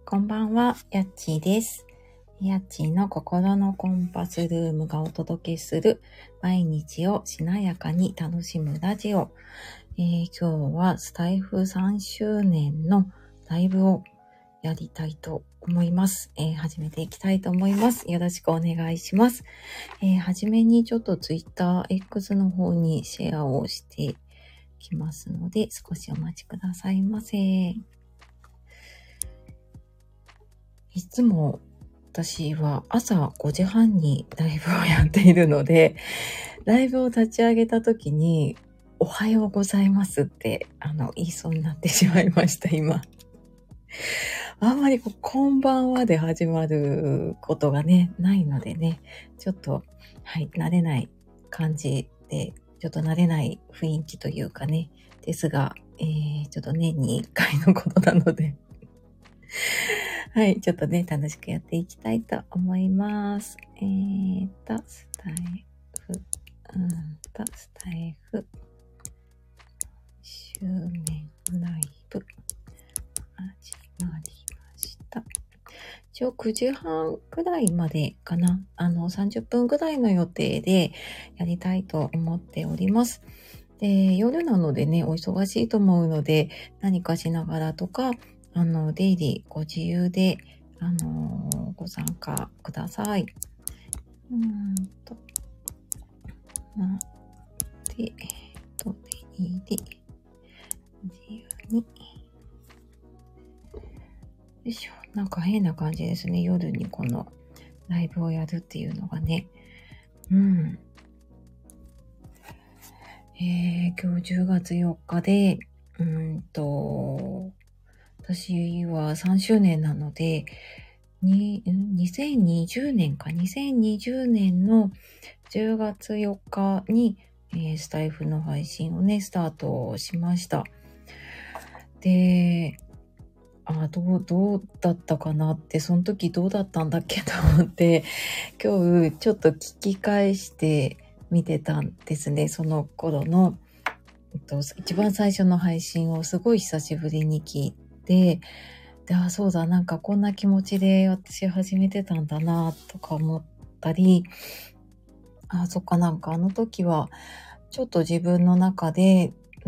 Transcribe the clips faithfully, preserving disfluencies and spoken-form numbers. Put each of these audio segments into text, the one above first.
こんばんは、やっちーです。やっちーの心のコンパスルームがお届けする毎日をしなやかに楽しむラジオ。えー、今日はスタイフさんしゅうねんのライブをやりたいと思います。えー、始めていきたいと思います。よろしくお願いします。えー、はじめにちょっと Twitter X の方にシェアをしてきますので、少しお待ちくださいませ。いつも私は朝ごじはんにライブをやっているので、ライブを立ち上げた時に、おはようございますって、あの、言いそうになってしまいました、今。あんまりこう、こんばんはで始まることがね、ないのでね、ちょっと、はい、慣れない感じで、ちょっと慣れない雰囲気というかね、ですが、えー、ちょっと年にいっかいのことなので、はい、ちょっとね、楽しくやっていきたいと思います。えーと、スタイフ、うんと、スタイフ、周年ライブ、始まりました。一応くじはんくらいまでかな。あの、さんじゅっぷんくらいの予定でやりたいと思っております。で、夜なのでね、お忙しいと思うので、何かしながらとか、あの、出入りご自由で、あのー、ご参加ください。うーんと、まあ、で、と、出入り、自由に。よいしょ。なんか変な感じですね。夜にこのライブをやるっていうのがね。うん。えー、今日じゅうがつよっかで、うーんと、私はさんしゅうねんなので、ににせんにじゅうねんか、にせんにじゅうねんのじゅうがつよっかに、えー、スタイフの配信をね、スタートしました。で、あ、どう、どうだったかなって、その時どうだったんだっけと思って、今日ちょっと聞き返して見てたんですね。その頃の、えっと、一番最初の配信をすごい久しぶりに聞いて、で、あ、そうだ、なんかこんな気持ちで私始めてたんだなとか思ったり、あ、そっか、なんかあの時はちょっと自分の中で、うん、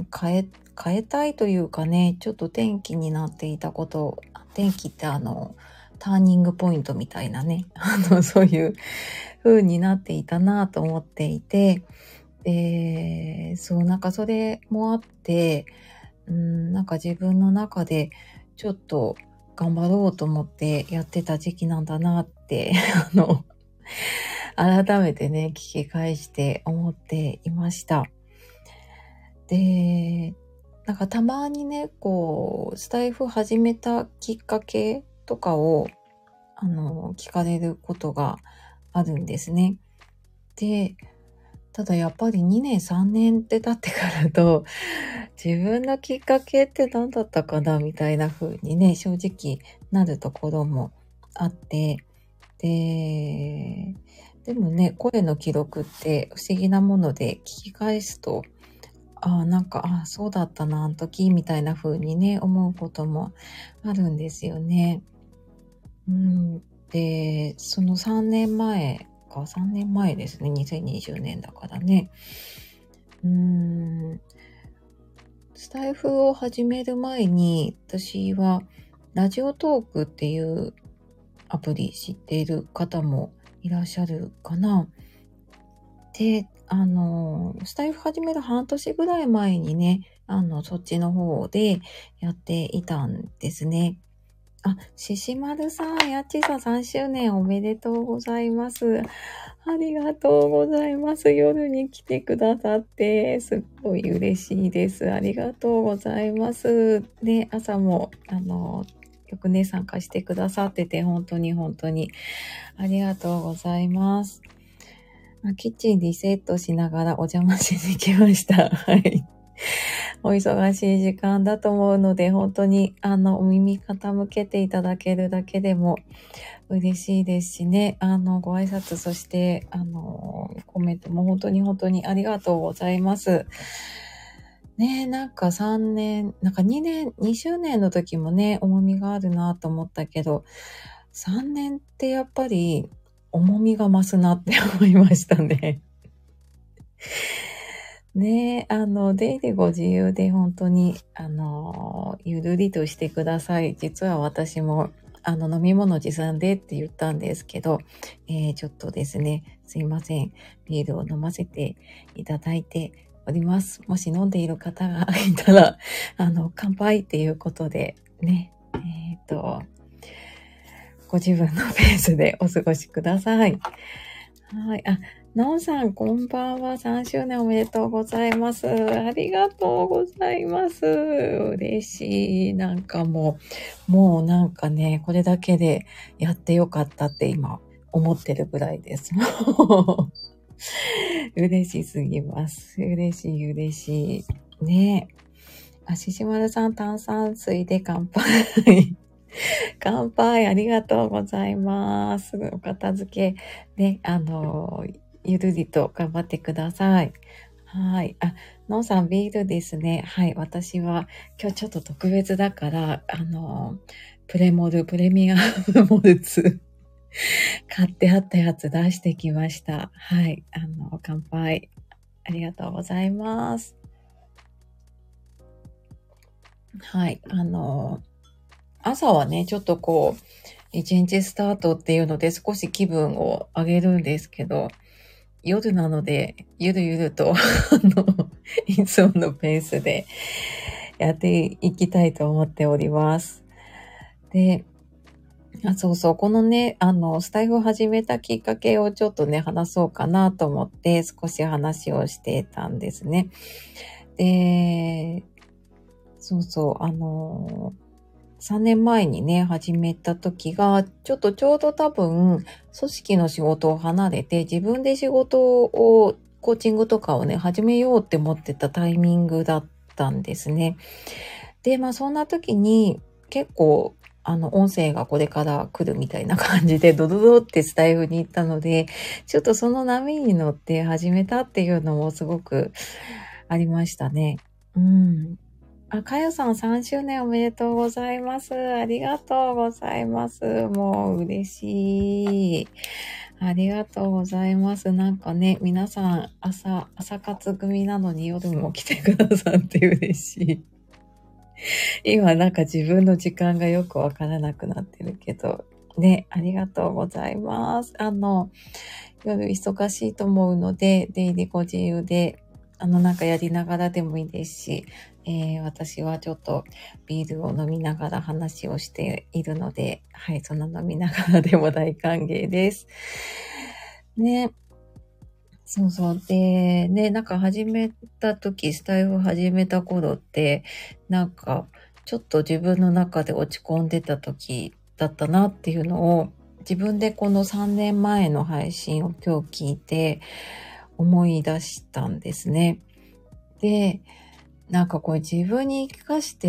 変え、変えたいというかね、ちょっと転機になっていたこと、転機ってあの、ターニングポイントみたいなね、あの、そういう風になっていたなと思っていて、で、そう、なんかそれもあって、うん、なんか自分の中でちょっと頑張ろうと思ってやってた時期なんだなって、あの、改めてね、聞き返して思っていました。で、なんかたまにね、こう、スタイフ始めたきっかけとかを、あの、聞かれることがあるんですね。で、ただやっぱりにねんさんねんって経ってからと、自分のきっかけって何だったかなみたいな風にね、正直なるところもあって、で、でもね、声の記録って不思議なもので聞き返すと、ああ、なんか、ああ、そうだったな、あの時、みたいな風にね、思うこともあるんですよね。うん。で、そのさんねんまえか、さんねんまえですね。にせんにじゅうねんだからね。うーん。スタイフを始める前に、私はラジオトークっていうアプリ知っている方もいらっしゃるかな。で、あの、スタイフ始める半年ぐらい前にね、あの、そっちの方でやっていたんですね。あ、ししまるさん、やっちーさんさんしゅうねんおめでとうございます。ありがとうございます。夜に来てくださって、すっごい嬉しいです。ありがとうございます。で、朝も、あの、よくね、参加してくださってて、本当に本当にありがとうございます。キッチンリセットしながらお邪魔しに来ました。はい。お忙しい時間だと思うので、本当に、あの、お耳傾けていただけるだけでも嬉しいですしね、あの、ご挨拶、そして、あの、コメントも本当に本当にありがとうございます。 ねえ、なんかさんねん、なんかにねん、にしゅうねんの時もね、重みがあるなと思ったけど、さんねんってやっぱり重みが増すなって思いましたね。ねえ、あの、出入りご自由で本当に、あの、ゆるりとしてください。実は私も、あの、飲み物持参でって言ったんですけど、えー、ちょっとですね、すいません。ビールを飲ませていただいております。もし飲んでいる方がいたら、あの、乾杯っていうことで、ね、えっと、ご自分のペースでお過ごしください。はい。あ、のんさん、こんばんは。さんしゅうねんおめでとうございます。ありがとうございます。嬉しい。なんかもう、もうなんかね、これだけでやってよかったって今思ってるぐらいです。もう嬉しすぎます。嬉しい、嬉しい。ねえ。あ、ししまるさん、炭酸水で乾杯。乾杯、ありがとうございます。お片付け、ね、あの、ゆるりと頑張ってください。はい。あ、のんさん、ビールですね。はい。私は、今日ちょっと特別だから、あの、プレモル、プレミアムモルツ、買ってあったやつ出してきました。はい。あの、乾杯。ありがとうございます。はい。あの、朝はね、ちょっとこう、一日スタートっていうので少し気分を上げるんですけど、夜なので、ゆるゆると、あの、いつものペースでやっていきたいと思っております。で、あ、そうそう、このね、あの、スタイフを始めたきっかけをちょっとね、話そうかなと思って少し話をしてたんですね。で、そうそう、あの、さんねんまえにね、始めた時が、ちょっとちょうど多分、組織の仕事を離れて、自分で仕事を、コーチングとかをね、始めようって思ってたタイミングだったんですね。で、まあそんな時に、結構、あの、音声がこれから来るみたいな感じで、ドドドってスタイフに行ったので、ちょっとその波に乗って始めたっていうのもすごくありましたね。うん。あ、かよさんさんしゅうねんおめでとうございます。ありがとうございます。もう嬉しい。ありがとうございます。なんかね、皆さん朝、朝活組なのに夜も来てくださって嬉しい。今なんか自分の時間がよくわからなくなってるけど、ね、ありがとうございます。あの、夜忙しいと思うので、出入りご自由で、あの、なんかやりながらでもいいですし、えー、私はちょっとビールを飲みながら話をしているので、はい、その飲みながらでも大歓迎です。ね、そうそう。で、ね、なんか始めた時、スタイフ始めた頃って、なんか、ちょっと自分の中で落ち込んでた時だったなっていうのを、自分でこのさんねんまえの配信を今日聞いて思い出したんですね。で、なんかこう自分に生かして、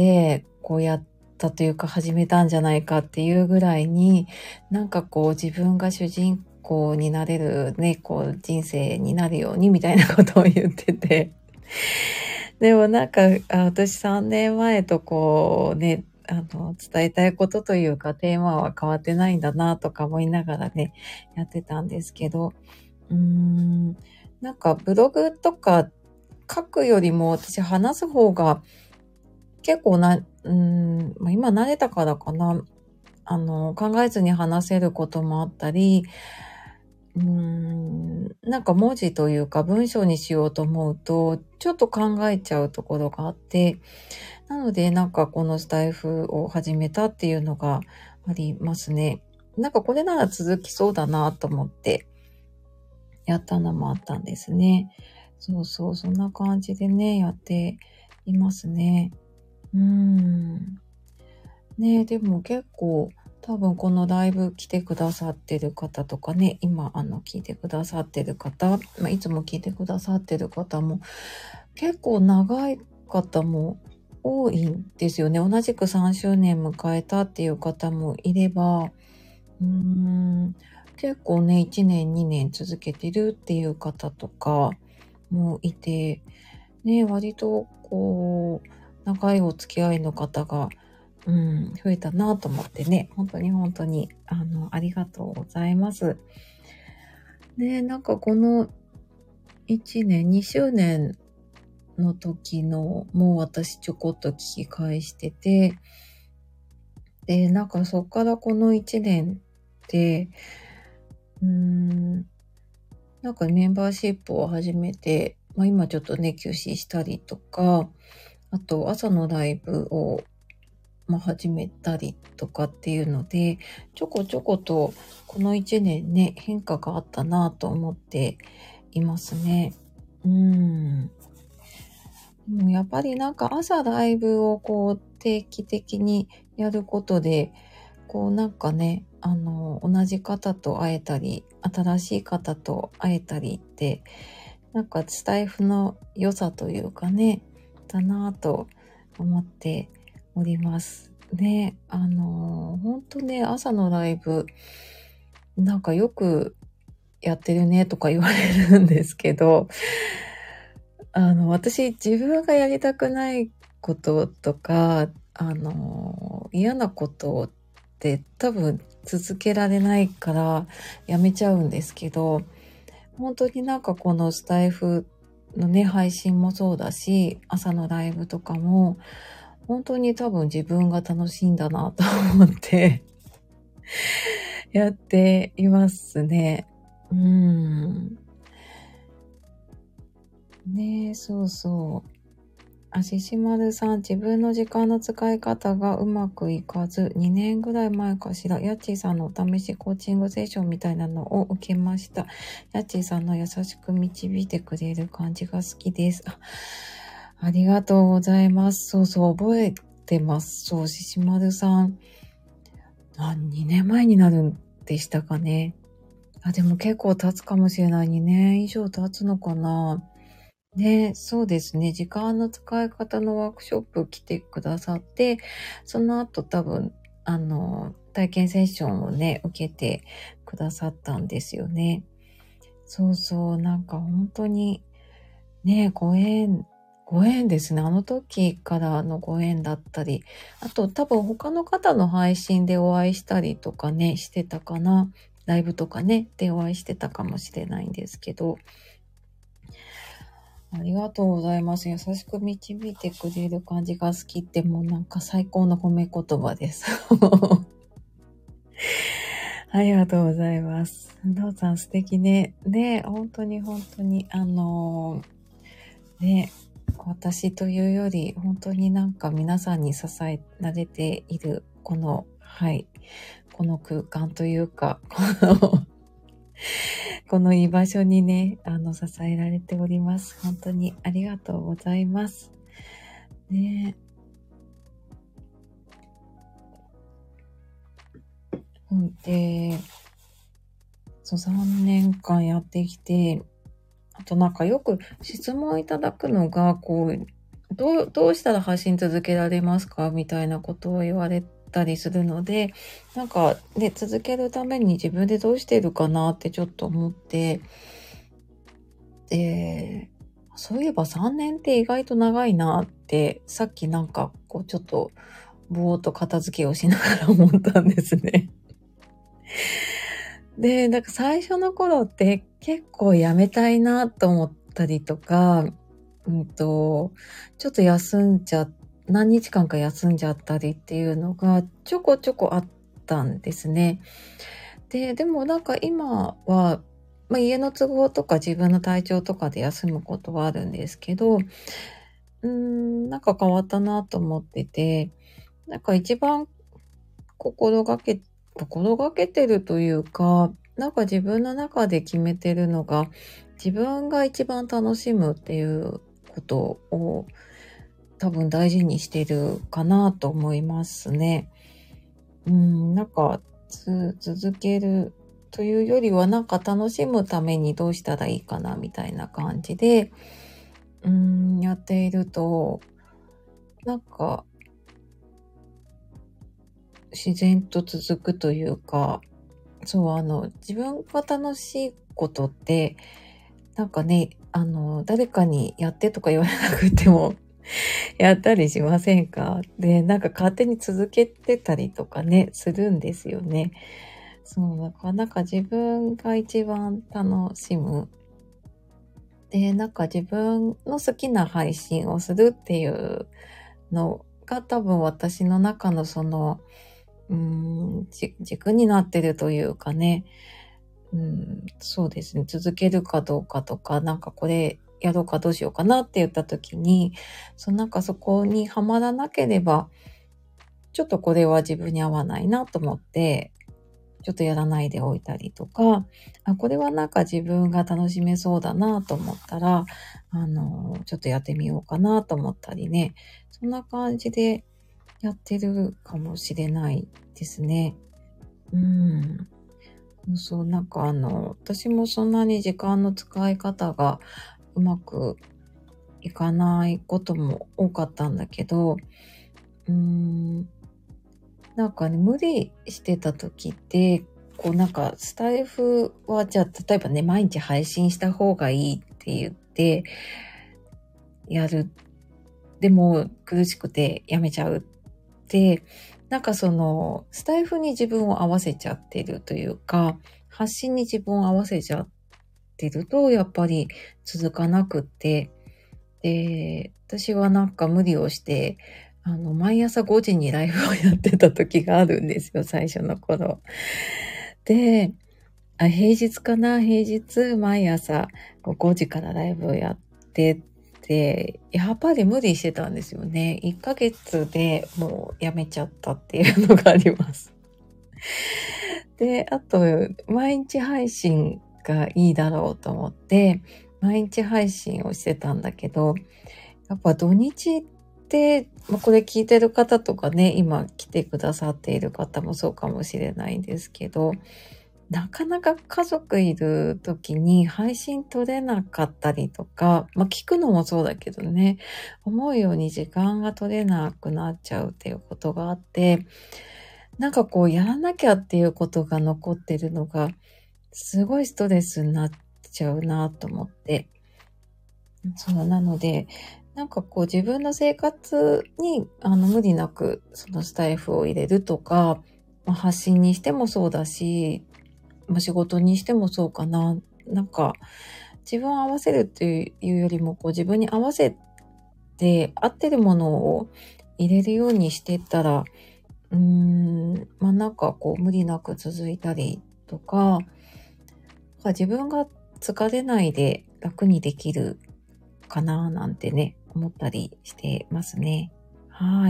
こうやったというか始めたんじゃないかっていうぐらいに、なんかこう自分が主人公になれるね、こう人生になるようにみたいなことを言ってて。でもなんか、あ、私さんねんまえとこうね、あの、伝えたいことというかテーマは変わってないんだなとか思いながらね、やってたんですけど、うーん、なんかブログとか書くよりも私話す方が結構な、うーん、まあ、今慣れたからかな。あの、考えずに話せることもあったり、うーん、なんか文字というか文章にしようと思うと、ちょっと考えちゃうところがあって、なのでなんかこのスタイフを始めたっていうのがありますね。なんかこれなら続きそうだなと思ってやったのもあったんですね。そうそう、そんな感じでね、やっていますね。うーん。ねえ、でも結構多分このライブ来てくださってる方とかね、今あの聞いてくださってる方、まあ、いつも聞いてくださってる方も結構長い方も多いんですよね。同じくさんしゅうねん迎えたっていう方もいれば、うーん、結構ね、いちねんにねん続けてるっていう方とかもいて、ね、割とこう、長いお付き合いの方が、うん、増えたなと思ってね、本当に本当に、あの、ありがとうございます。で、なんかこのいちねん、にしゅうねんの時のもう私ちょこっと聞き返してて、で、なんかそっからこのいちねんで、うーん、なんかメンバーシップを始めて、まあ今ちょっとね、休止したりとか、あと朝のライブを、まあ、始めたりとかっていうので、ちょこちょことこのいちねんね、変化があったなと思っていますね。うーん。もうやっぱりなんか朝ライブをこう定期的にやることで、こうなんかね、あの、同じ方と会えたり、新しい方と会えたりって、なんかスタイフの良さというかね、だなぁと思っております。ね、あの、ほんとね、朝のライブ、なんかよくやってるねとか言われるんですけど、あの、私自分がやりたくないこととか、あの、嫌なことって多分続けられないからやめちゃうんですけど、本当になんかこのスタイフのね、配信もそうだし、朝のライブとかも、本当に多分自分が楽しいんだなと思ってやっていますね。うーん。ねえ、そうそう。あ、ししまるさん、自分の時間の使い方がうまくいかず、にねんぐらい前かしら、やっちーさんのお試しコーチングセッションみたいなのを受けました。やっちーさんの優しく導いてくれる感じが好きです。あ、ありがとうございます。そうそう、覚えてます。そう、ししまるさん。あ、にねんまえになるんでしたかね。あ、でも結構経つかもしれない。にねん以上経つのかな。ね、そうですね。時間の使い方のワークショップ来てくださって、その後多分、あの、体験セッションをね、受けてくださったんですよね。そうそう、なんか本当に、ね、ご縁、ご縁ですね。あの時からのご縁だったり、あと多分他の方の配信でお会いしたりとかね、してたかな。ライブとかね、でお会いしてたかもしれないんですけど、ありがとうございます。優しく導いてくれる感じが好きってもうなんか最高の褒め言葉です。ありがとうございます。なおさん素敵ね。ね、本当に本当に、あのー、ね、私というより本当になんか皆さんに支えられているこの、はい、この空間というか、このこの居場所にね、あの、支えられております。本当にありがとうございます。ねえ。んで、そう、さんねんかんやってきて、あとなんかよく質問いただくのが、こう、どう、どうしたら発信続けられますかみたいなことを言われたりするので、なんかね、続けるために自分でどうしているかなってちょっと思って、で、そういえばさんねんって意外と長いなって、さっきなんかこうちょっとぼーっと片付けをしながら思ったんですね。で、なんか最初の頃って結構やめたいなと思ったりとか、うんと、ちょっと休んじゃ、何日間か休んじゃったりっていうのがちょこちょこあったんですね。で、でもなんか今は、まあ、家の都合とか自分の体調とかで休むことはあるんですけど、うーん、なんか変わったなと思ってて、なんか一番心がけ、心がけてるというか、なんか自分の中で決めてるのが、自分が一番楽しむっていうことを多分大事にしてるかなと思いますね。うん、なんかつ続けるというよりはなんか楽しむためにどうしたらいいかなみたいな感じで、うーん、やっていると、なんか自然と続くというか、そう、あの、自分が楽しいことって、なんかね、あの、誰かにやってとか言われなくても、 やったりしませんか？で、なんか勝手に続けてたりとかね、するんですよね。そう、だからなんか自分が一番楽しむ。で、なんか自分の好きな配信をするっていうのが多分私の中のその、うーん、じ軸になってるというかね、うん、そうですね、続けるかどうかとか、なんかこれやろうかどうしようかなって言った時に、そのなんかそこにはまらなければ、ちょっとこれは自分に合わないなと思って、ちょっとやらないでおいたりとか、あ、これはなんか自分が楽しめそうだなと思ったら、あの、ちょっとやってみようかなと思ったりね、そんな感じでやってるかもしれないですね。うん。そう、なんかあの、私もそんなに時間の使い方がうまくいかないことも多かったんだけど、うーん、なんかね、無理してた時って、こうなんかスタイフはじゃあ例えばね、毎日配信した方がいいって言ってやる。でも苦しくてやめちゃうって、なんかそのスタイフに自分を合わせちゃってるというか、発信に自分を合わせちゃってるとやっぱり続かなくって、で、私はなんか無理をして、あの、毎朝ごじにライブをやってた時があるんですよ、最初の頃。で、あ、平日かな、平日毎朝こうごじからライブをやってて、やっぱり無理してたんですよね。いっかげつでもうやめちゃったっていうのがあります。で、あと、毎日配信がいいだろうと思って、毎日配信をしてたんだけど、やっぱ土日って、まあ、これ聞いてる方とかね、今来てくださっている方もそうかもしれないんですけど、なかなか家族いる時に配信取れなかったりとか、まあ、聞くのもそうだけどね、思うように時間が取れなくなっちゃうっていうことがあって、なんかこうやらなきゃっていうことが残ってるのが、すごいストレスになっちゃうなと思って。そう、なので、なんかこう自分の生活にあの無理なくそのスタイフを入れるとか、まあ、発信にしてもそうだし、まあ、仕事にしてもそうかな。なんか自分を合わせるっていうよりもこう自分に合わせて合ってるものを入れるようにしてったら、うーん、まあなんかこう無理なく続いたりとか、自分が疲れないで楽にできるかななんてね、思ったりしてますね。はい。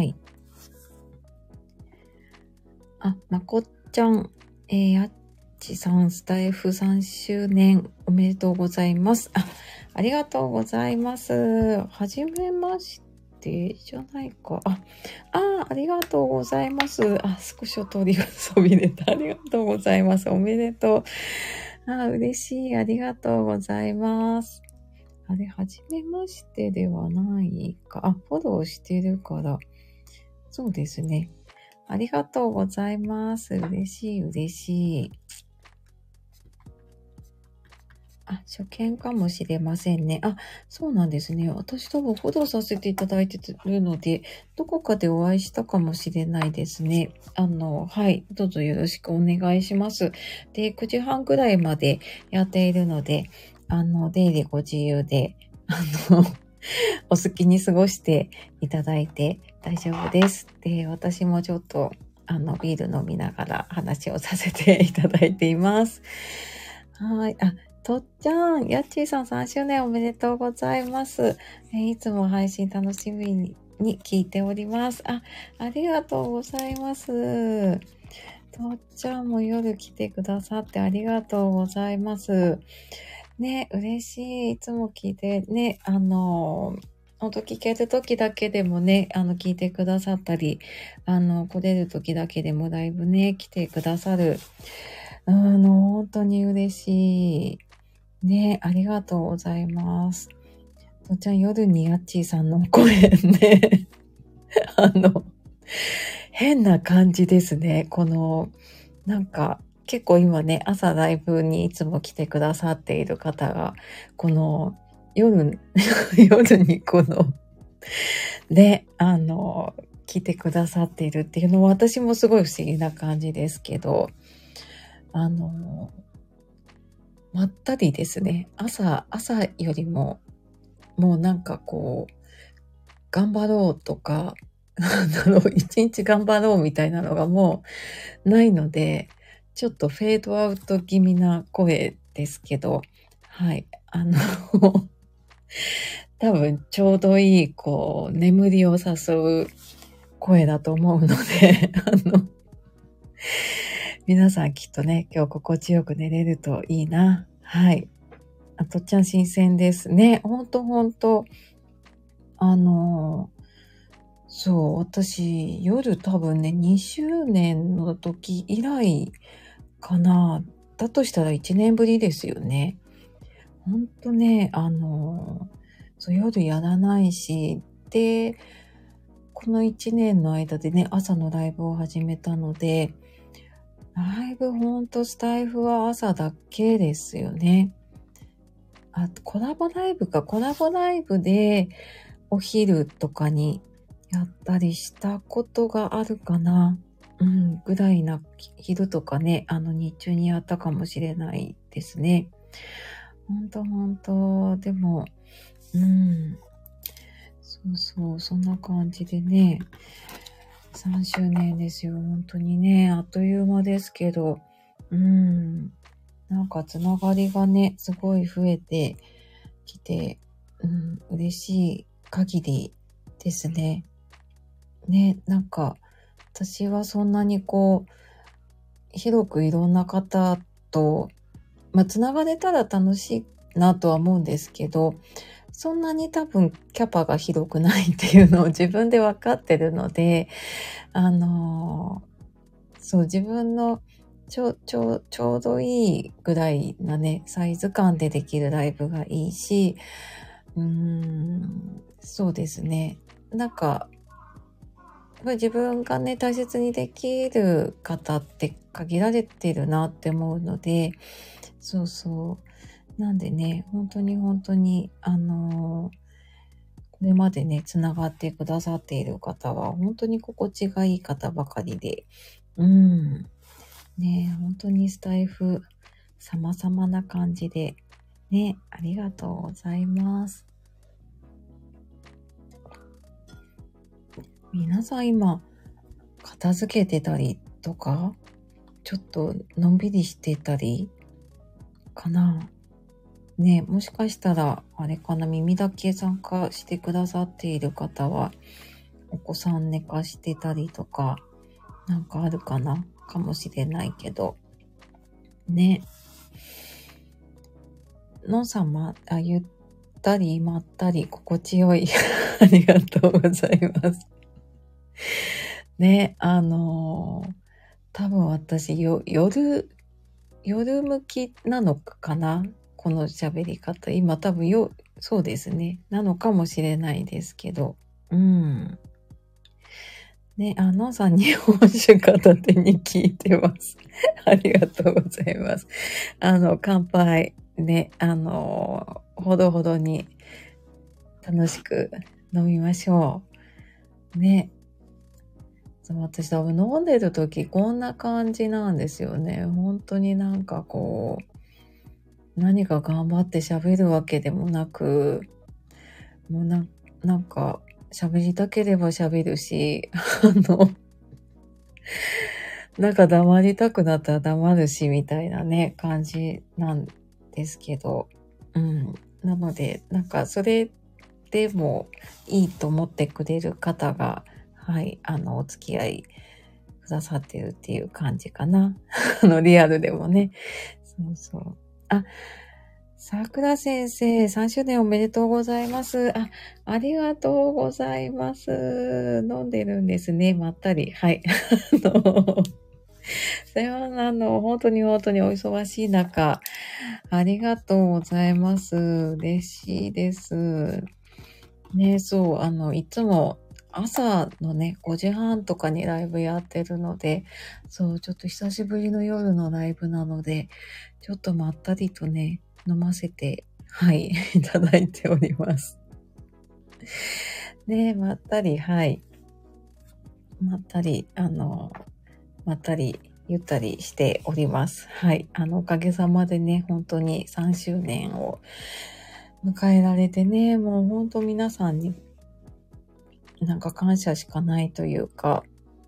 あ、まこっちゃん、えー、あっちさん、スタイフさんしゅうねんおめでとうございます。あ、ありがとうございます。はじめましてじゃないか。あ、あ、ありがとうございます。あ、スクショ取りそびれた。ありがとうございます。おめでとう。あ、嬉しい。ありがとうございます。あれ、はじめましてではないか。あ、フォローしてるから。そうですね。ありがとうございます。嬉しい、嬉しい。あ、初見かもしれませんね。あ、そうなんですね。私多分フォローさせていただいてるので、どこかでお会いしたかもしれないですね。あの、はい。どうぞよろしくお願いします。で、くじはんくらいまでやっているので、あの、出入りご自由で、あの、お好きに過ごしていただいて大丈夫です。で、私もちょっと、あの、ビール飲みながら話をさせていただいています。はい。あ、とっちゃん、やっちーさんさんしゅうねんおめでとうございます。えーいつも配信楽しみにに聞いております。あ、ありがとうございます。とっちゃんも夜来てくださってありがとうございます。ね、嬉しい。いつも聞いて、ね、あの、ほんと聞ける時だけでもね、あの、聞いてくださったり、あの、来れる時だけでもライブね、来てくださる。あの、本当に嬉しい。ね、ありがとうございます。とっちゃん、夜にやっちーさんの声ね、あの、変な感じですね。この、なんか、結構今ね、朝ライブにいつも来てくださっている方が、この夜、夜にこので、あの、来てくださっているっていうのは私もすごい不思議な感じですけど、あの、まったりですね。朝、朝よりも、もうなんかこう、頑張ろうとか、なんだろう、一日頑張ろうみたいなのがもうないので、ちょっとフェードアウト気味な声ですけど、はい。あの、多分ちょうどいい、こう、眠りを誘う声だと思うので、あの、皆さんきっとね、今日心地よく寝れるといいな。はい。あとっちゃん新鮮ですね。ほんとほんと。あの、そう、私、夜多分ね、にしゅうねんの時以来かな。だとしたらいちねんぶりですよね。ほんとね、あの、そう、夜やらないし、で、このいちねんの間でね、朝のライブを始めたので、ライブほんとスタイフは朝だけですよね。あとコラボライブか、コラボライブでお昼とかにやったりしたことがあるかな。うん、ぐらいな、昼とかね、あの日中にやったかもしれないですね。ほんとほんと、でも、うん、そうそう、そんな感じでね、さんしゅうねんですよ。本当にね、あっという間ですけど、うん、なんかつながりがね、すごい増えてきて、うん、嬉しい限りですね。ね、なんか、私はそんなにこう、広くいろんな方と、まあ、つながれたら楽しいなとは思うんですけど、そんなに多分キャパが広くないっていうのを自分で分かってるので、あのーそう、自分のちょ、ちょ、ちょうどいいぐらいなね、サイズ感でできるライブがいいし、うーん、そうですね。なんか、やっぱり自分がね、大切にできる方って限られてるなって思うので、そうそう。なんでね、本当に本当に、あのーこれまでね、つながってくださっている方は、本当に心地がいい方ばかりで、うん。ね、本当にスタイフ、様々な感じで、ね、ありがとうございます。皆さん今、片付けてたりとか、ちょっとのんびりしてたりかな。ね、もしかしたら、あれかな、耳だけ参加してくださっている方は、お子さん寝かしてたりとか、なんかあるかなかもしれないけど。ね。のんさんま、あ、ゆったり、まったり、心地よい。ありがとうございます。ね、あのー、多分私、よ、夜、夜向きなのかなこの喋り方。今多分よ、そうですね。なのかもしれないですけど。うん。ね、あのんさん日本酒片手に聞いてます。ありがとうございます。あの、乾杯。ね、あの、ほどほどに楽しく飲みましょう。ね。そう私多分飲んでる時こんな感じなんですよね。本当になんかこう、何か頑張って喋るわけでもなく、もうな、なんか喋りたければ喋るし、あの、なんか黙りたくなったら黙るし、みたいなね、感じなんですけど。うん。なので、なんかそれでもいいと思ってくれる方が、はい、あの、お付き合いくださってるっていう感じかな。あの、リアルでもね。そうそう。あ、桜先生、さんしゅうねんおめでとうございます。あ、ありがとうございます。飲んでるんですね。まったり。はい。あの、それは、あの、本当に本当にお忙しい中、ありがとうございます。嬉しいです。ね、そう、あの、いつも朝のね、ごじはんとかにライブやってるので、そう、ちょっと久しぶりの夜のライブなので、ちょっとまったりとね、飲ませて、はい、いただいております。 ね、まったり、はい。まったり、あの、まったり、ゆったりしております。はい。あの、おかげさまでね、本当にさんしゅうねんを迎えられてね、もう本当皆さんになんか感謝しかないというか、うん、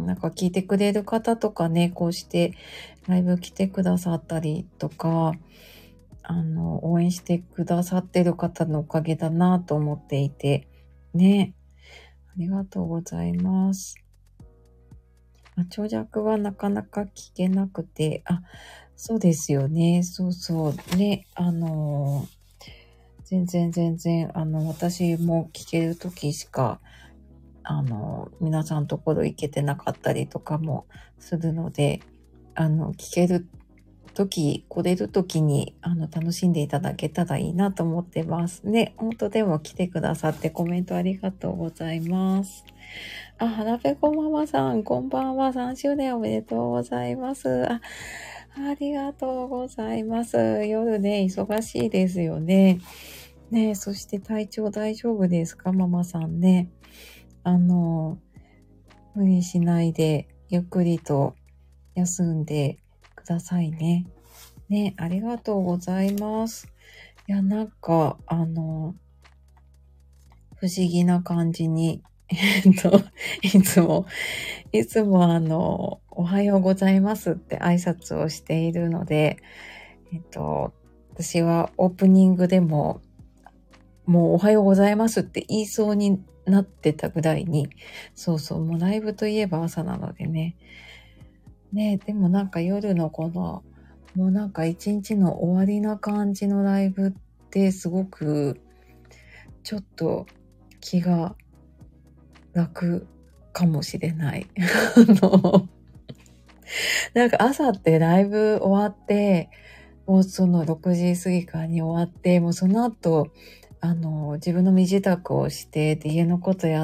なんか聞いてくれる方とかね、こうしてライブ来てくださったりとか、あの、応援してくださってる方のおかげだなと思っていて、ね、ありがとうございます。あ、長尺はなかなか聞けなくて、あ、そうですよね。そうそう。ね、あの、全然全然、あの、私も聞けるときしか、あの、皆さんのところ行けてなかったりとかもするので、あの、聞けるとき、来れるときに、あの、楽しんでいただけたらいいなと思ってます。ね、本当でも来てくださってコメントありがとうございます。あ、はらぺこママさん、こんばんは。さんしゅうねんおめでとうございます。あ、ありがとうございます。夜ね、忙しいですよね。ね、そして体調大丈夫ですか、ママさんね。あの、無理しないで、ゆっくりと休んでくださいね。ね、ありがとうございます。いや、なんか、あの、不思議な感じに、えっと、いつも、いつもあの、おはようございますって挨拶をしているので、えっと、私はオープニングでも、もうおはようございますって言いそうになってたぐらいに、そうそう、もうライブといえば朝なのでね。ね、でもなんか夜のこの、もうなんか一日の終わりな感じのライブってすごく、ちょっと気が楽かもしれない。あの、なんか朝ってライブ終わって、もうそのろくじ過ぎからに終わって、もうその後、あの、自分の身支度をして、で、家のことやって、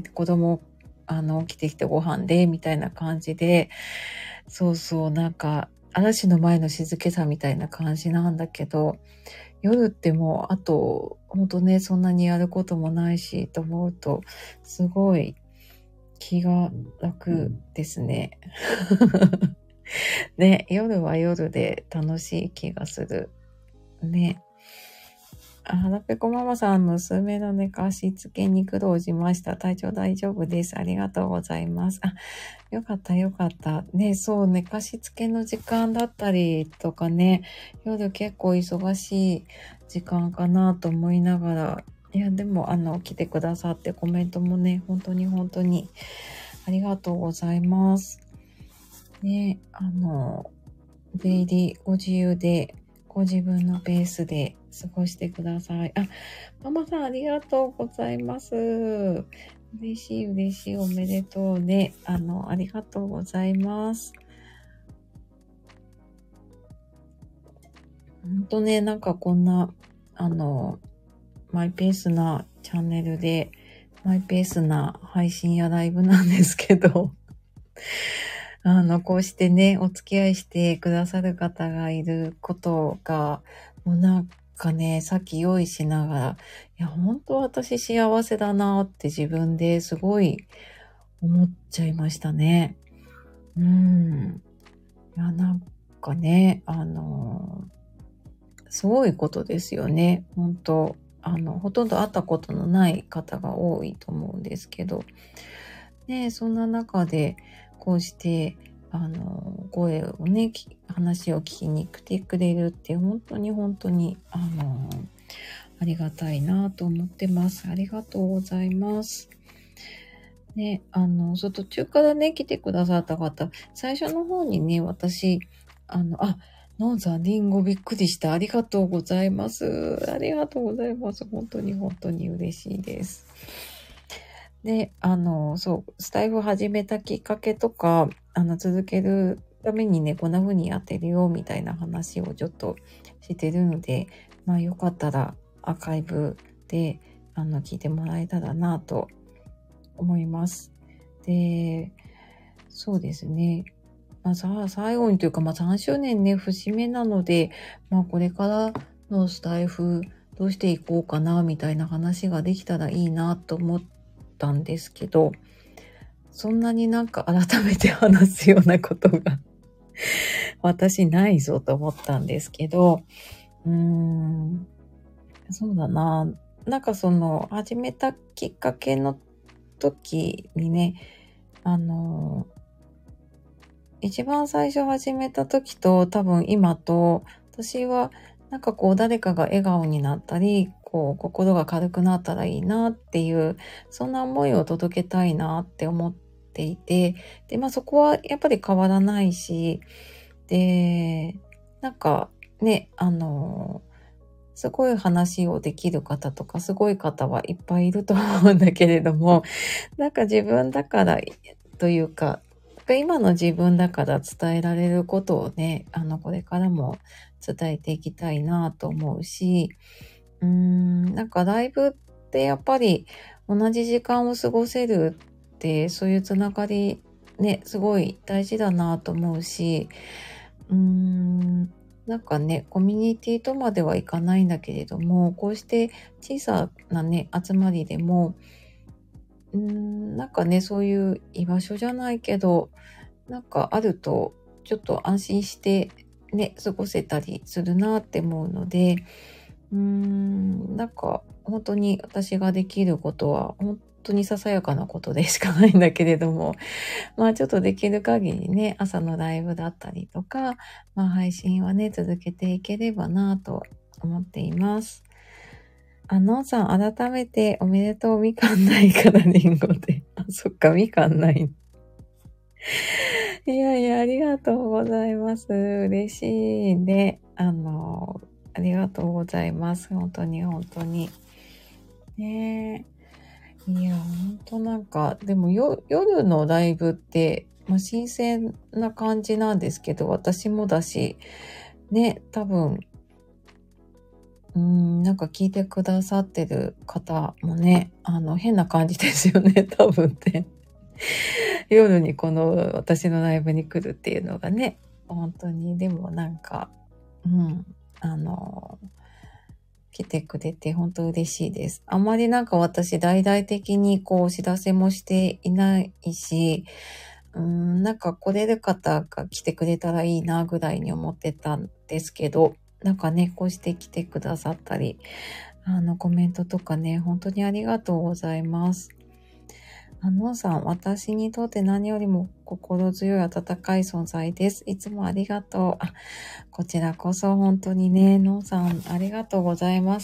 子供、あの、起きてきてご飯で、みたいな感じで、そうそう、なんか、嵐の前の静けさみたいな感じなんだけど、夜ってもう、あと、ほんとね、そんなにやることもないし、と思うと、すごい気が楽ですね。ね、夜は夜で楽しい気がする。ね。あ、はらぺこママさん、娘の寝かしつけに苦労しました。体調大丈夫です。ありがとうございます。あ、よかったよかった。ね、そう、寝かしつけの時間だったりとかね、夜結構忙しい時間かなと思いながら、いや、でも、あの、来てくださってコメントもね、本当に本当にありがとうございます。ね、あの、出入りご自由で、ご自分のペースで過ごしてください。あ、ママさんありがとうございます。嬉しい嬉しい、おめでとうね。あの、ありがとうございます。ほんとね、なんかこんな、あの、マイペースなチャンネルで、マイペースな配信やライブなんですけど、あの、こうしてね、お付き合いしてくださる方がいることが、もうなんかね、さっき用意しながら、いや、本当私幸せだなって自分ですごい思っちゃいましたね。うん。いや、なんかね、あの、すごいことですよね。本当あの、ほとんど会ったことのない方が多いと思うんですけど、ね、そんな中で、こうして、あの、声をね、話を聞きに来てくれるって、本当に本当に、あの、ありがたいなと思ってます。ありがとうございます。ね、あの、そう、途中からね、来てくださった方、最初の方にね、私、あの、あ、ノンさん、リンゴびっくりした。ありがとうございます。ありがとうございます。本当に本当に嬉しいです。で、あの、そう、スタイフ始めたきっかけとか、あの、続けるためにね、こんな風にやってるよ、みたいな話をちょっとしてるので、まあ、よかったらアーカイブで、あの、聞いてもらえたらなと思います。で、そうですね。まあ、さ、最後にというか、まあ、さんしゅうねんね、節目なので、まあ、これからのスタイフどうしていこうかなみたいな話ができたらいいなと思ったんですけど、そんなになんか改めて話すようなことが私ないぞと思ったんですけど、うーん、そうだな。なんかその始めたきっかけの時にね、あの、一番最初始めた時と多分今と、私はなんかこう誰かが笑顔になったり、こう心が軽くなったらいいなっていう、そんな思いを届けたいなって思っていて、で、まあそこはやっぱり変わらないし、で、なんかね、あの、すごい話をできる方とか、すごい方はいっぱいいると思うんだけれども、なんか自分だからというか、今の自分だから伝えられることをね、あの、これからも伝えていきたいなと思うし、うーん、なんかライブってやっぱり同じ時間を過ごせるって、そういうつながりね、すごい大事だなと思うし、うーん、なんかね、コミュニティとまではいかないんだけれども、こうして小さなね、集まりでも、うーん、なんかね、そういう居場所じゃないけど、なんかあると、ちょっと安心してね、過ごせたりするなって思うので、うーん、なんか本当に私ができることは、本当にささやかなことでしかないんだけれども、まあちょっとできる限りね、朝のライブだったりとか、まあ配信はね、続けていければなと思っています。あのんさん、改めておめでとう。みかんないからリンゴで。あ、そっか、みかんない。いやいや、ありがとうございます。嬉しいね。あの、ありがとうございます。本当に本当に。ねえ。いや、本当なんか、でもよ夜のライブって、まあ、新鮮な感じなんですけど、私もだし、ね、多分、うーん、なんか聞いてくださってる方もね、あの、変な感じですよね、多分って。夜にこの私のライブに来るっていうのがね、本当に、でもなんか、うん、あの、来てくれて本当嬉しいです。あまりなんか私大々的にこうお知らせもしていないし、うーん、なんか来れる方が来てくれたらいいなぐらいに思ってたんですけど、なんかね、こうして来てくださったり、あのコメントとかね、本当にありがとうございます。あのんさん、私にとって何よりも心強い温かい存在です。いつもありがとう。あ、こちらこそ本当にね、のんさんありがとうございます。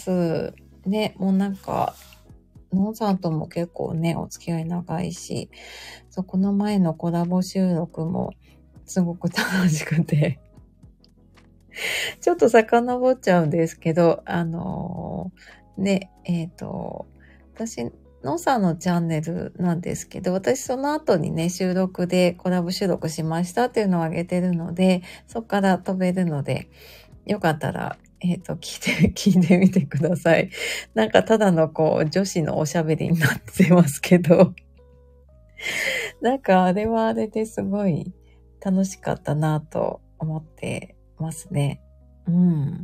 ね、もうなんか、のんさんとも結構ね、お付き合い長いし、そこの前のコラボ収録もすごく楽しくて、ちょっと遡っちゃうんですけど、あのーね、えっと、私、のんさんのチャンネルなんですけど、私その後にね、収録でコラボ収録しましたっていうのをあげてるので、そこから飛べるので、よかったら、えっと、聞いて、聞いてみてください。なんかただのこう、女子のおしゃべりになってますけど、なんかあれはあれですごい楽しかったなと思ってますね。うん。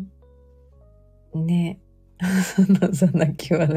ね。そんな、そんな気はない。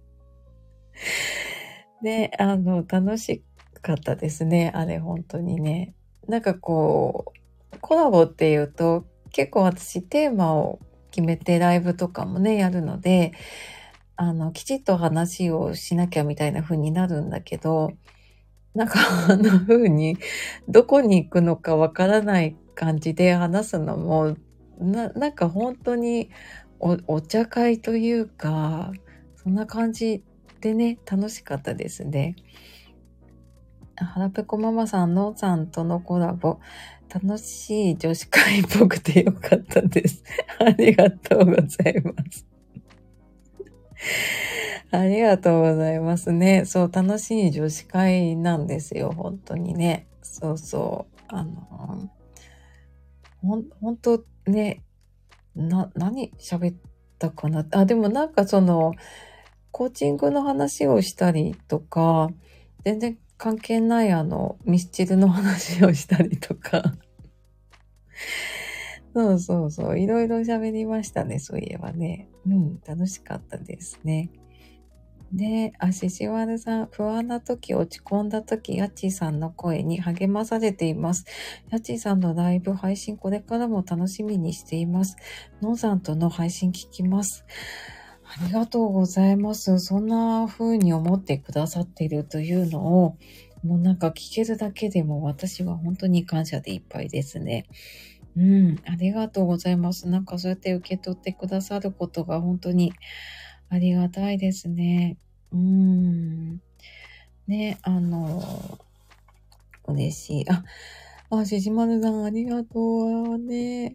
ね、あの、楽しかったですね。あれ、本当にね。なんかこう、コラボっていうと、結構私テーマを決めてライブとかもね、やるので、あの、きちっと話をしなきゃみたいな風になるんだけど、なんかあんな風に、どこに行くのかわからない感じで話すのも、な、なんか本当にお、お茶会というか、そんな感じでね、楽しかったですね。はらぺこママさん、のんさんとのコラボ、楽しい女子会っぽくてよかったです。ありがとうございます。ありがとうございますね。そう、楽しい女子会なんですよ、本当にね。そうそう。あの、ほん、本当ね、な、何喋ったかな。あ、でもなんかその、コーチングの話をしたりとか、全然関係ないあの、ミスチルの話をしたりとか、 そうそうそう。いろいろ喋りましたね、そういえばね。うん、楽しかったですね。で、あ、ししまるさん、不安な時、落ち込んだ時、やっちーさんの声に励まされています。やっちーさんのライブ配信、これからも楽しみにしています。のんさんとの配信聞きます。ありがとうございます。そんな風に思ってくださっているというのを、もうなんか聞けるだけでも私は本当に感謝でいっぱいですね。うん、ありがとうございます。なんかそうやって受け取ってくださることが本当にありがたいですね。うーん。ね、あの、嬉しい。あ、あ、しじまるさんありがとうね。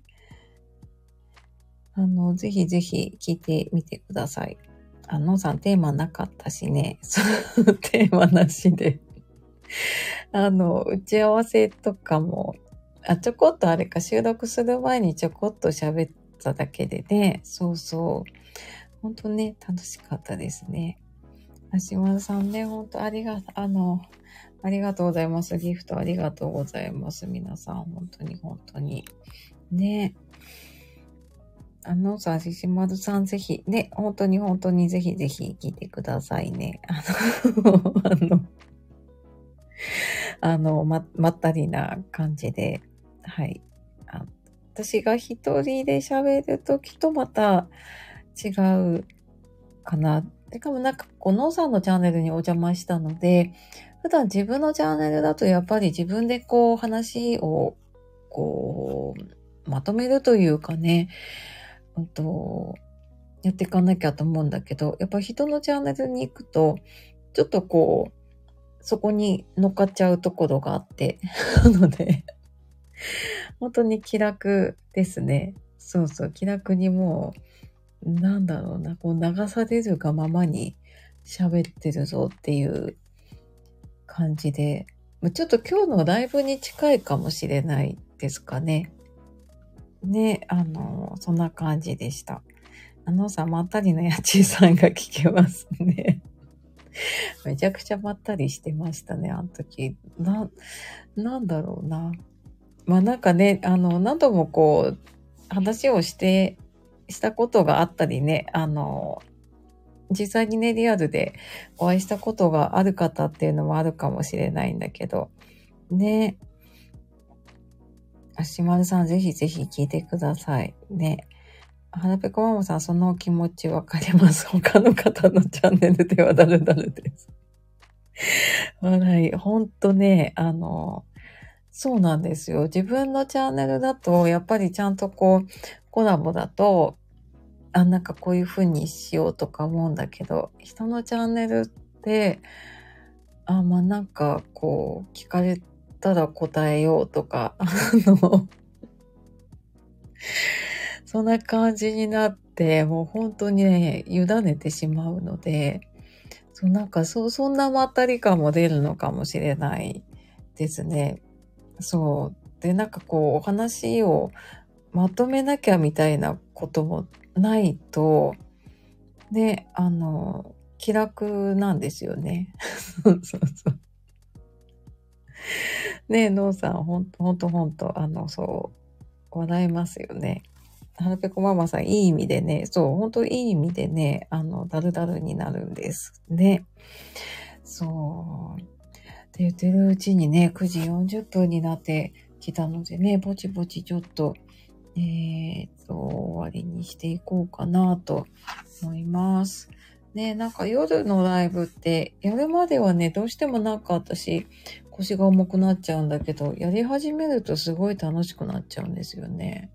あの、ぜひぜひ聞いてみてください。あのさんテーマなかったしね、そのテーマなしで。あの、打ち合わせとかも、あ、ちょこっとあれか、収録する前にちょこっと喋っただけでね、そうそう。ほんとね、楽しかったですね。橋本さんね、ほんとありが、あの、ありがとうございます。ギフトありがとうございます。皆さん、本当に本当に。ね。あのさ、ししまるさんぜひ、ね、本当に本当にぜひぜひ聞いてくださいね。あの、あの、あの、ま、まったりな感じで、はい。あ、私が一人で喋るときとまた違うかな。しかもなんか、このさんのチャンネルにお邪魔したので、普段自分のチャンネルだとやっぱり自分でこう話をこうまとめるというかね、うんと、やっていかなきゃと思うんだけど、やっぱ人のチャンネルに行くと、ちょっとこう、そこに乗っかっちゃうところがあって、なので、本当に気楽ですね。そうそう、気楽にもう、なんだろうな、こう流されるがままに喋ってるぞっていう感じで、ちょっと今日のライブに近いかもしれないですかね。ね、あの、そんな感じでした。あのさ、まったりのやちいさんが聞けますね。めちゃくちゃまったりしてましたね、あの時。な、なんだろうな。まあなんかね、あの、何度もこう、話をして、したことがあったりね、あの、実際にね、リアルでお会いしたことがある方っていうのもあるかもしれないんだけど、ね。あしまるさん、ぜひぜひ聞いてください。ね。はなぺこママさん、その気持ちわかります。他の方のチャンネルではだるだるです。笑い。ほんとね、あの、そうなんですよ。自分のチャンネルだと、やっぱりちゃんとこう、コラボだと、あ、なんかこういう風にしようとか思うんだけど、人のチャンネルって、あ、まあなんかこう、聞かれたら答えようとか、あの、そんな感じになって、もう本当にね、委ねてしまうので、そうなんかそう、そんなまったり感も出るのかもしれないですね。そう。で、なんかこう、お話をまとめなきゃみたいなこともないと、で、あの、気楽なんですよね。そうそうそう。ねえ、のうさん、ほんとほんとほんと、あの、そう、笑いますよね。はるぺこママさん、いい意味でね、そう、ほんといい意味でね、あの、だるだるになるんですね。そう。って言ってるうちにね、くじよんじゅっぷんになってきたのでね、ぼちぼちちょっと、えーっと、終わりにしていこうかなと思います。ね、なんか夜のライブって、やるまではね、どうしてもなんか私、腰が重くなっちゃうんだけど、やり始めるとすごい楽しくなっちゃうんですよね。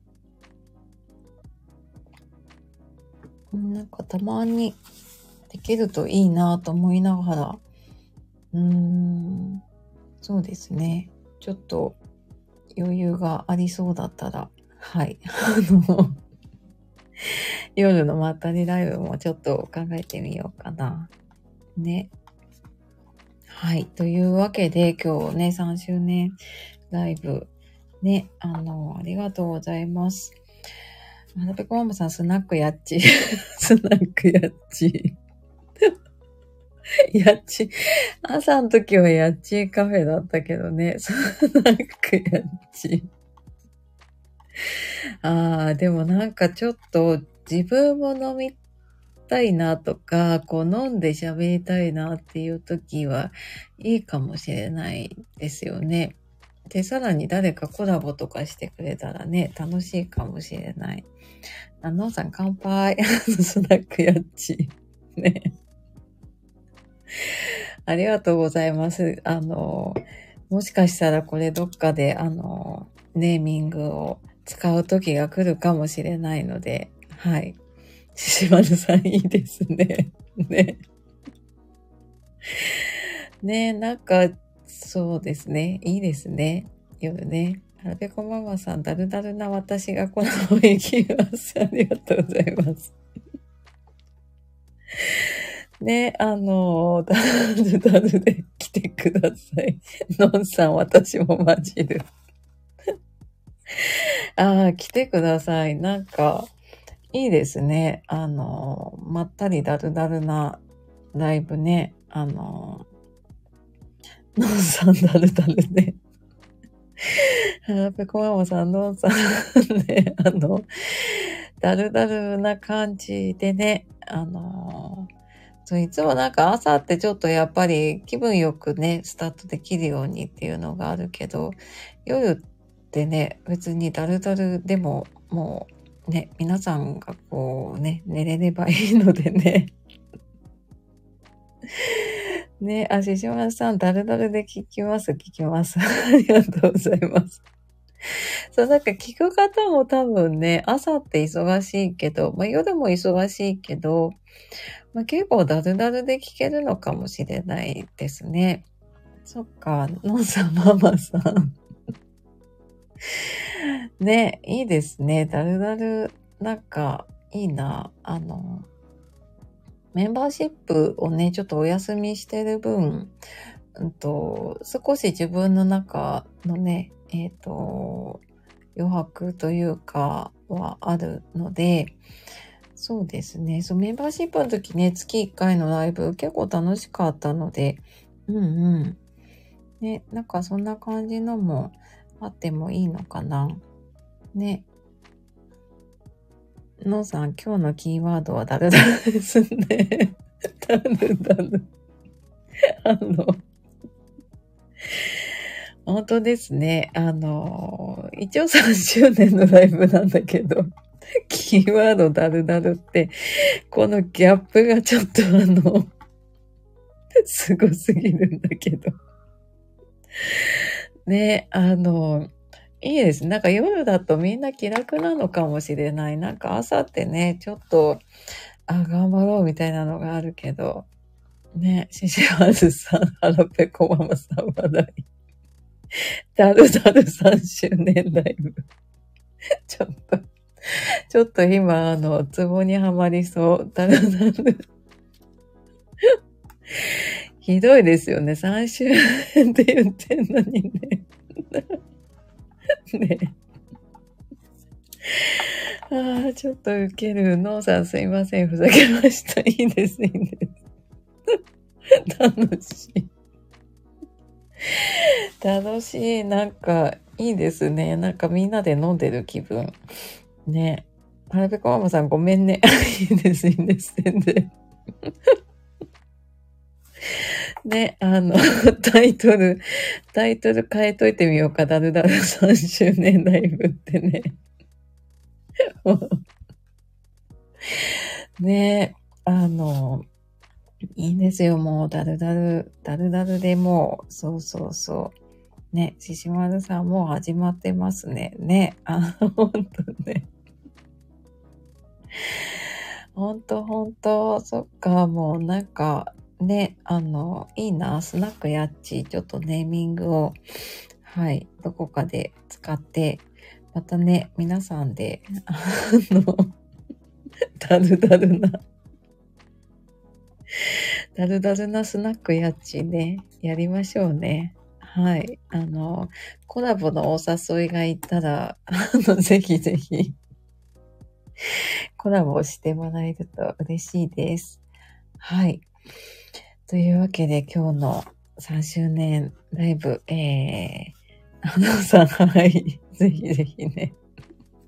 なんかたまにできるといいなと思いながら、うーん、そうですね。ちょっと余裕がありそうだったら、はい。あの、夜のまったりライブもちょっと考えてみようかな。ね。はい。というわけで、今日ね、さんしゅうねんライブ、ね、あの、ありがとうございます。まなぺこママさん、スナックやっち。スナックやっち。やっち。朝の時はやっちカフェだったけどね。スナックやっち。 ああ、でもなんかちょっと自分も飲みたいなとか、こう飲んで喋りたいなっていう時はいいかもしれないですよね。で、さらに誰かコラボとかしてくれたらね、楽しいかもしれない。あのさん乾杯。スナックやっち。ね。ありがとうございます。あの、もしかしたらこれどっかで、あの、ネーミングを使う時が来るかもしれないので、はい。ししまるさんいいですね。ね。ね、なんか、そうですね。いいですね。夜ね。はらぺこママさん、だるだるな私がこのまま行きます。ありがとうございます。ね、あの、だるだるで来てください。のんさん、私も混じる。ああ、来てください。なんか、いいですね。あの、まったりだるだるなライブね。あの、のんさんだるだるね。ペコママさん、のんさんね、あの、だるだるな感じでね、あの、そういつもなんか朝ってちょっとやっぱり気分よくね、スタートできるようにっていうのがあるけど、夜ってね、別にだるだるでももうね、皆さんがこうね、寝れればいいのでね。ね、あ、ししまさん、だるだるで聞きます、聞きます。ありがとうございます。そう、なんか聞く方も多分ね、朝って忙しいけど、まあ夜も忙しいけど、まあ、結構ダルダルで聞けるのかもしれないですね。そっか、のんさん、ママさん。ね、いいですね。ダルダル、なんか、いいな。あの、メンバーシップをね、ちょっとお休みしてる分、うんと、少し自分の中のね、えっと、余白というかはあるので、そうですね。そう、メンバーシップの時ね、月いっかいのライブ結構楽しかったので、うんうん。ね、なんかそんな感じのもあってもいいのかな。ね。のんさん、今日のキーワードはダルダルですね。ダルダル。あの、本当ですね。あの、一応さんしゅうねんのライブなんだけど、キーワードダルダルって、このギャップがちょっとあの、すごすぎるんだけど。ね、あの、いいです。なんか夜だとみんな気楽なのかもしれない。なんか朝ってね、ちょっと、あ、頑張ろうみたいなのがあるけど、ね、シシワズさん、ハラペコママさん話題。ダルダルさんしゅうねんライブ。ちょっと、ちょっと今、あの、ツボにはまりそう。ダルダル。ひどいですよね。さんしゅうねんって言ってんのにね。ね。ああ、ちょっとウケる。ノーさんすいません。ふざけました。いいです、いいです。楽しい。楽しい。なんか、いいですね。なんかみんなで飲んでる気分。ね。はらぺこママさんごめんね。いいです、いいです。全然。ね、あの、タイトル、タイトル変えといてみようか。ダルダルさんしゅうねんライブってね。ね、あの、いいんですよ。もう、ダルダル、ダルダルでもう、そうそうそう。ね、ししまるさんもう始まってますね。ね、あ、ほんとね。ほんとほんと、そっか、もうなんか、ね、あの、いいな、スナックやっち、ちょっとネーミングを、はい、どこかで使って、またね、皆さんで、あの、ダルダルな、ダルダルなスナックやっちね、やりましょうね。はい。あの、コラボのお誘いがいたら、あの、ぜひぜひ、コラボしてもらえると嬉しいです。はい。というわけで、今日のさんしゅうねんライブ、えー、あのさん、はい。ぜひぜひね。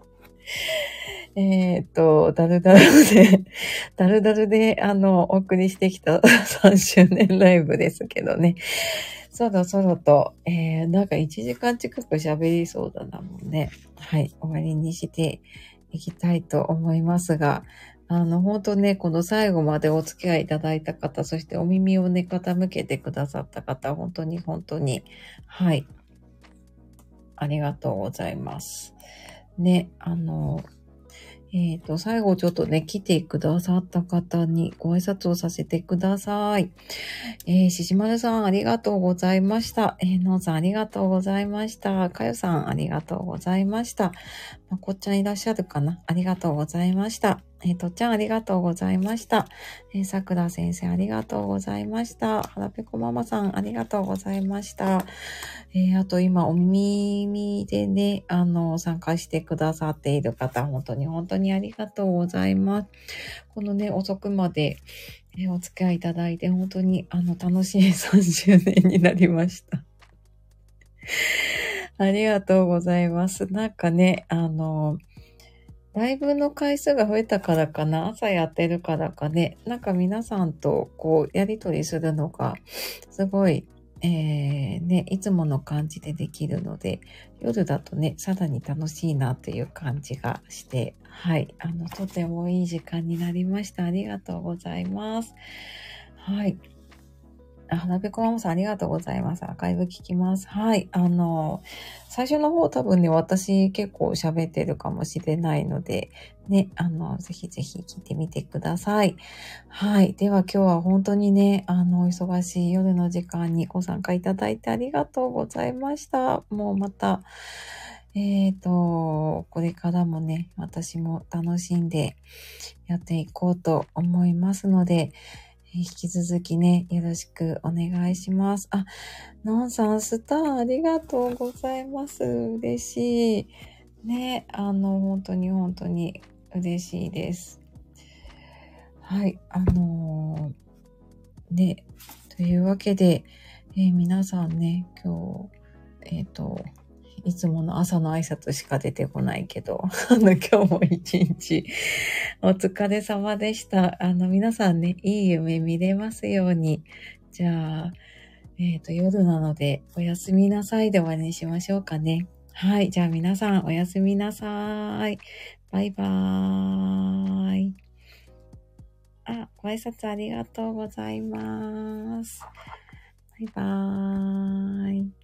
えっと、だるだるで、だるだるで、あの、お送りしてきたさんしゅうねんライブですけどね。そろそろと、えー、なんかいちじかん近く喋りそうだなもんね。はい、終わりにしていきたいと思いますが、あの、本当ね、この最後までお付き合いいただいた方、そしてお耳をね、傾けてくださった方、本当に本当に、はい、ありがとうございます。ね、あの、えっと、最後ちょっとね、来てくださった方にご挨拶をさせてください。えー、ししまるさんありがとうございました。えー、のんさんありがとうございました。かよさんありがとうございました。まこっちゃんいらっしゃるかな、ありがとうございました。えー、とっちゃんありがとうございました。えー、さくら先生ありがとうございました。はらぺこママさんありがとうございました。えー、あと今お耳でね、あの、参加してくださっている方、本当に本当にありがとうございます。このね、遅くまで、えーお付き合いいただいて、本当にあの、楽しいさんじゅうねんになりました。ありがとうございます。なんかね、あの、ライブの回数が増えたからかな、朝やってるからかね、なんか皆さんとこう、やりとりするのが、すごい、えー、ね、いつもの感じでできるので、夜だとね、さらに楽しいなという感じがして、はい、あの、とてもいい時間になりました。ありがとうございます。はい。あ、花ぺこママさんありがとうございます。アーカイブ聞きます。はい。あの、最初の方多分ね、私結構喋ってるかもしれないので、ね、あの、ぜひぜひ聞いてみてください。はい。では今日は本当にね、あの、忙しい夜の時間にご参加いただいてありがとうございました。もうまた、えっと、これからもね、私も楽しんでやっていこうと思いますので、引き続きね、よろしくお願いします。あ、のんさん、スターありがとうございます。嬉しい。ね、あの、本当に本当に嬉しいです。はい、あのー、ね、というわけで、えー皆さんね、今日、えっと、いつもの朝の挨拶しか出てこないけど、あの、今日も一日お疲れ様でした。あの、皆さんね、いい夢見れますように。じゃあ、えっと、夜なので、おやすみなさいで終わりにしましょうかね。はい。じゃあ皆さん、おやすみなさい。バイバーイ。あ、ご挨拶ありがとうございます。バイバーイ。